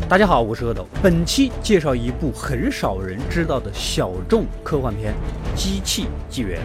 大家好，我是阿斗。本期介绍一部很少人知道的小众科幻片《机器纪元》。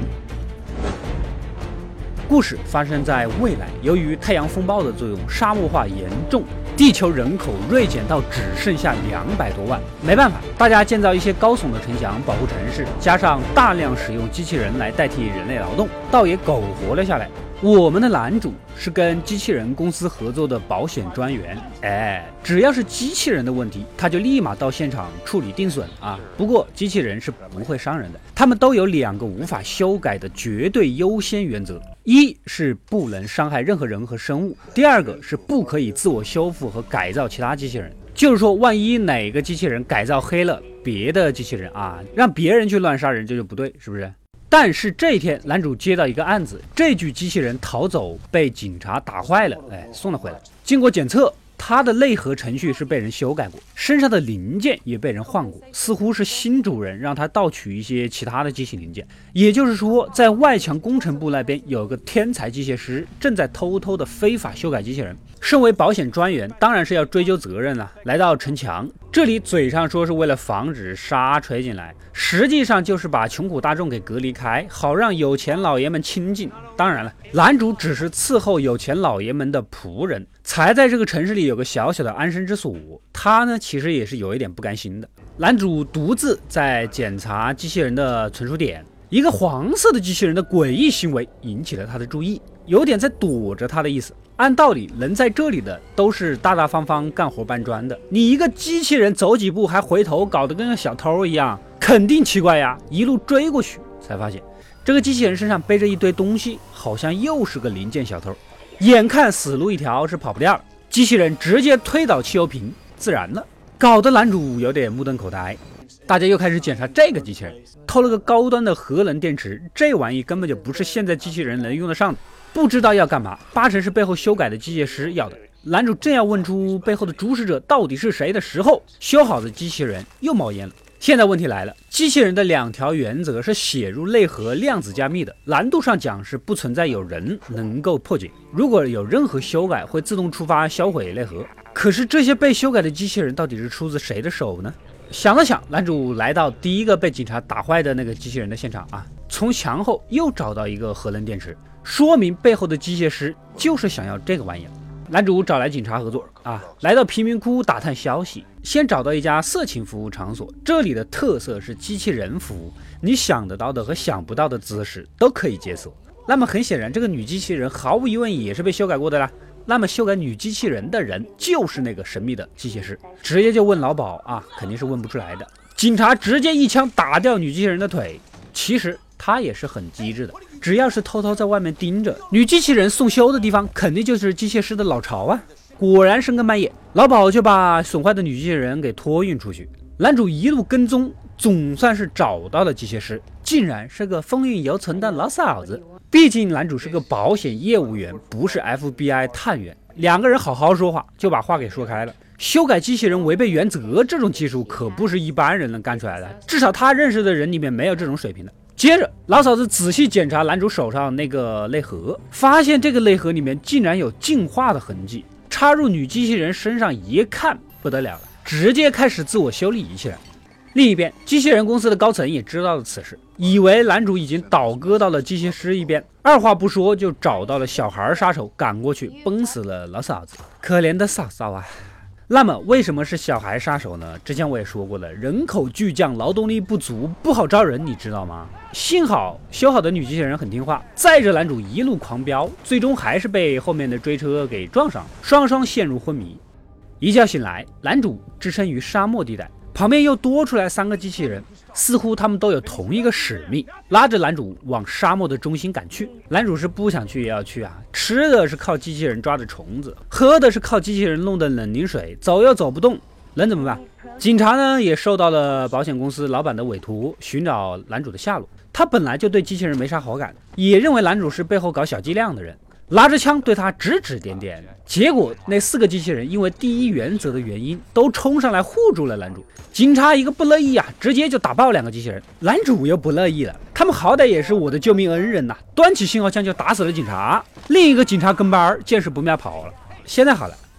故事发生在未来，由于太阳风暴的作用，沙漠化严重，地球人口锐减到只剩下200多万。没办法，大家建造一些高耸的城墙保护城市，加上大量使用机器人来代替人类劳动，倒也苟活了下来。我们的男主是跟机器人公司合作的保险专员，只要是机器人的问题，他就立马到现场处理定损啊。不过机器人是不会伤人的，他们都有2个无法修改的绝对优先原则：一是不能伤害任何人和生物；第2个是不可以自我修复和改造其他机器人。就是说，万一哪个机器人改造黑了别的机器人啊，让别人去乱杀人，这就不对，是不是？但是这一天，男主接到一个案子，这具机器人逃走，被警察打坏了，送了回来。经过检测，它的内核程序是被人修改过，身上的零件也被人换过，似乎是新主人让他盗取一些其他的机器零件。也就是说，在外墙工程部那边有个天才机械师正在偷偷的非法修改机器人。身为保险专员，当然是要追究责任了。来到城墙，这里嘴上说是为了防止沙吹进来，实际上就是把穷苦大众给隔离开，好让有钱老爷们亲近。当然了，男主只是伺候有钱老爷们的仆人，才在这个城市里有个小小的安身之所。他呢，其实也是有一点不甘心的。男主独自在检查机器人的存储点，一个黄色的机器人的诡异行为引起了他的注意，有点在躲着他的意思。按道理能在这里的都是大大方方干活搬砖的，你一个机器人走几步还回头，搞得跟个小偷一样，肯定奇怪呀。一路追过去才发现，这个机器人身上背着一堆东西，好像又是个零件小偷。眼看死路一条，是跑不掉了，机器人直接推倒汽油瓶自燃了，搞得男主有点目瞪口呆。大家又开始检查这个机器人，偷了个高端的核能电池，这玩意根本就不是现在机器人能用得上的，不知道要干嘛，8成是背后修改的机械师要的。男主正要问出背后的主使者到底是谁的时候，修好的机器人又冒烟了。现在问题来了，机器人的2条原则是写入内核量子加密的，难度上讲是不存在有人能够破解，如果有任何修改会自动触发销毁内核。可是这些被修改的机器人到底是出自谁的手呢？想了想，男主来到第一个被警察打坏的那个机器人的现场啊，从墙后又找到一个核能电池，说明背后的机械师就是想要这个玩意儿。男主找来警察合作啊，来到贫民窟打探消息，先找到一家色情服务场所，这里的特色是机器人服务，你想得到的和想不到的姿势都可以解锁。那么很显然，这个女机器人毫无疑问也是被修改过的啦。那么修改女机器人的人就是那个神秘的机械师，直接就问老鸨啊，肯定是问不出来的。警察直接一枪打掉女机器人的腿。其实他也是很机智的，只要是偷偷在外面盯着女机器人送修的地方，肯定就是机械师的老巢啊。果然深更半夜，老鸨就把损坏的女机器人给托运出去。男主一路跟踪，总算是找到了机械师，竟然是个风韵犹存的老嫂子。毕竟男主是个保险业务员，不是 FBI 探员，2个人好好说话，就把话给说开了。修改机器人违背原则这种技术可不是一般人能干出来的，至少他认识的人里面没有这种水平的。接着老嫂子仔细检查男主手上那个内核，发现这个内核里面竟然有进化的痕迹，插入女机器人身上一看不得了了，直接开始自我修理起来。另一边，机器人公司的高层也知道了此事，以为男主已经倒戈到了机械师一边，二话不说就找到了小孩杀手，赶过去崩死了老嫂子。可怜的嫂嫂啊！那么为什么是小孩杀手呢？之前我也说过了，人口巨降，劳动力不足，不好招人，你知道吗？幸好修好的女机器人很听话，载着男主一路狂飙，最终还是被后面的追车给撞上，双双陷入昏迷。一觉醒来，男主置身于沙漠地带，旁边又多出来3个机器人，似乎他们都有同一个使命，拉着男主往沙漠的中心赶去。男主是不想去也要去啊，吃的是靠机器人抓的虫子，喝的是靠机器人弄的冷凝水，走又走不动，能怎么办？警察呢也受到了保险公司老板的委托，寻找男主的下落。他本来就对机器人没啥好感，也认为男主是背后搞小伎俩的人，拿着枪对他指指点点。结果那4个机器人因为第一原则的原因，都冲上来护住了男主。警察一个不乐意啊，直接就打爆2个机器人。男主又不乐意了，他们好歹也是我的救命恩人端起信号枪就打死了警察。另一个警察跟班见势不妙跑了。现在好了，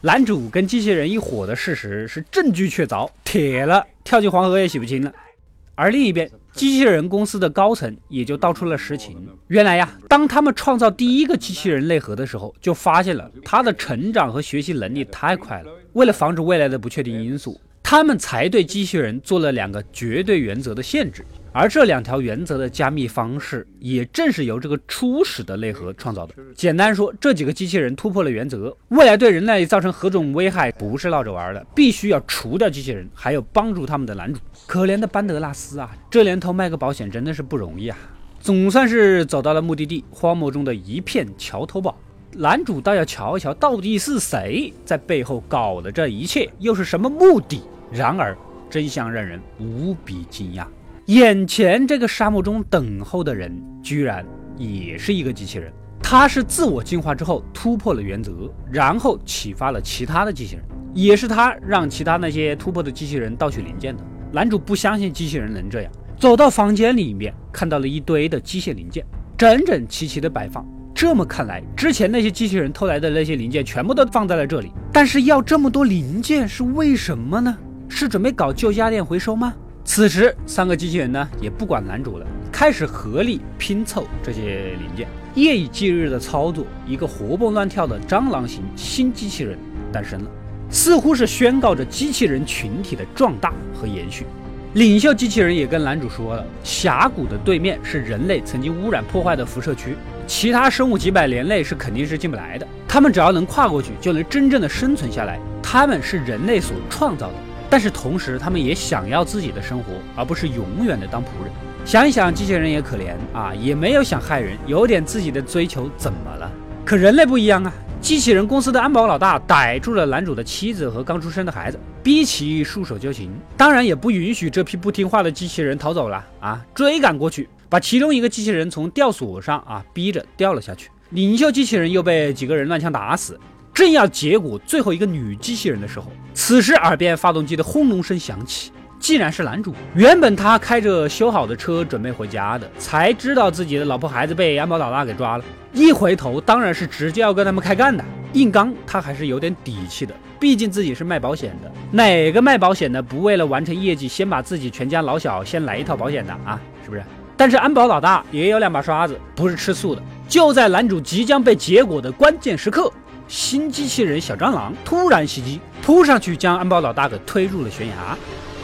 男主跟机器人一伙的事实是证据确凿，铁了，跳进黄河也洗不清了。而另一边，机器人公司的高层也就道出了实情。原来呀，当他们创造第一个机器人内核的时候，就发现了它的成长和学习能力太快了。为了防止未来的不确定因素，他们才对机器人做了2个绝对原则的限制。而这2条原则的加密方式，也正是由这个初始的内核创造的。简单说，这几个机器人突破了原则，未来对人类造成何种危害不是闹着玩的，必须要除掉机器人，还有帮助他们的男主。可怜的班德拉斯啊，这年头卖个保险真的是不容易啊。总算是走到了目的地，荒漠中的一片桥头堡。男主倒要瞧一瞧，到底是谁在背后搞的这一切，又是什么目的？然而，真相让人无比惊讶。眼前这个沙漠中等候的人，居然也是一个机器人。他是自我进化之后突破了原则，然后启发了其他的机器人，也是他让其他那些突破的机器人盗取零件的。男主不相信机器人能这样，走到房间里面，看到了一堆的机械零件，整整齐齐的摆放。这么看来，之前那些机器人偷来的那些零件全部都放在了这里。但是要这么多零件是为什么呢？是准备搞旧家电回收吗？此时3个机器人呢也不管男主了，开始合力拼凑这些零件，夜以继日的操作，一个活蹦乱跳的蟑螂型新机器人诞生了，似乎是宣告着机器人群体的壮大和延续。领袖机器人也跟男主说了，峡谷的对面是人类曾经污染破坏的辐射区，其他生物几百年内是肯定是进不来的，他们只要能跨过去，就能真正的生存下来。他们是人类所创造的，但是同时他们也想要自己的生活，而不是永远的当仆人。想一想，机器人也可怜啊，也没有想害人，有点自己的追求怎么了？可人类不一样啊，机器人公司的安保老大逮住了男主的妻子和刚出生的孩子，逼其束手就擒，当然也不允许这批不听话的机器人逃走了啊，追赶过去，把其中一个机器人从吊索上啊逼着掉了下去。领袖机器人又被几个人乱枪打死。正要结果最后一个女机器人的时候，此时耳边发动机的轰隆声响起，竟然是男主。原本他开着修好的车准备回家的，才知道自己的老婆孩子被安保老大给抓了，一回头当然是直接要跟他们开干的。硬刚他还是有点底气的，毕竟自己是卖保险的，哪个卖保险的不为了完成业绩先把自己全家老小先来一套保险的啊，是不是？但是安保老大也有2把刷子，不是吃素的。就在男主即将被结果的关键时刻，新机器人小蟑螂突然袭击，扑上去将安保老大给推入了悬崖。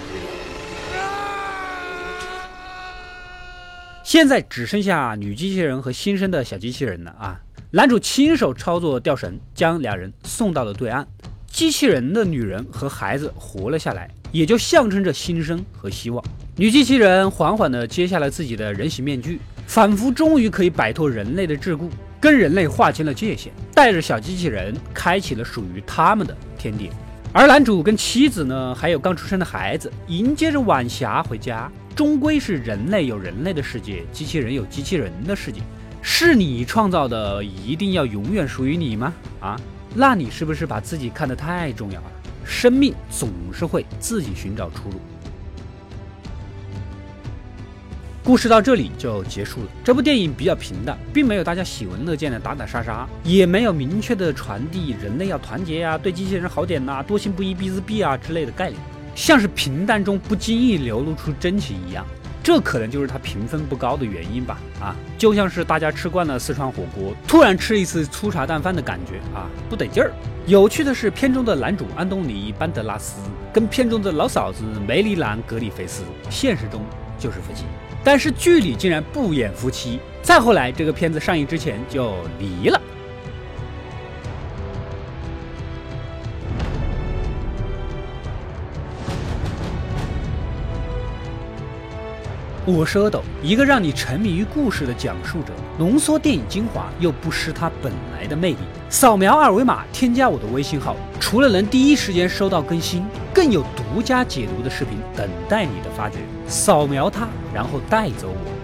现在只剩下女机器人和新生的小机器人了啊！男主亲手操作吊绳，将2人送到了对岸。机器人的女人和孩子活了下来，也就象征着新生和希望。女机器人缓缓地揭下了自己的人形面具，仿佛终于可以摆脱人类的桎梏，跟人类划清了界限，带着小机器人开启了属于他们的天地。而男主跟妻子呢，还有刚出生的孩子，迎接着晚霞回家。终归是人类有人类的世界，机器人有机器人的世界。是你创造的，一定要永远属于你吗？啊，那你是不是把自己看得太重要了？生命总是会自己寻找出路。故事到这里就结束了。这部电影比较平淡，并没有大家喜闻乐见的打打杀杀，也没有明确的传递人类要团结啊，对机器人好点呐，多行不义必自毙啊之类的概念，像是平淡中不经意流露出真情一样。这可能就是它评分不高的原因吧。啊，就像是大家吃惯了四川火锅，突然吃一次粗茶淡饭的感觉啊，不得劲儿。有趣的是，片中的男主安东尼·班德拉斯跟片中的老嫂子梅丽兰·格里菲斯，现实中就是夫妻。但是剧里竟然不演夫妻，再后来这个片子上映之前就离了。我是阿斗，一个让你沉迷于故事的讲述者，浓缩电影精华又不失它本来的魅力。扫描二维码添加我的微信号，除了能第一时间收到更新，更有独家解读的视频等待你的发掘。扫描它，然后带走我。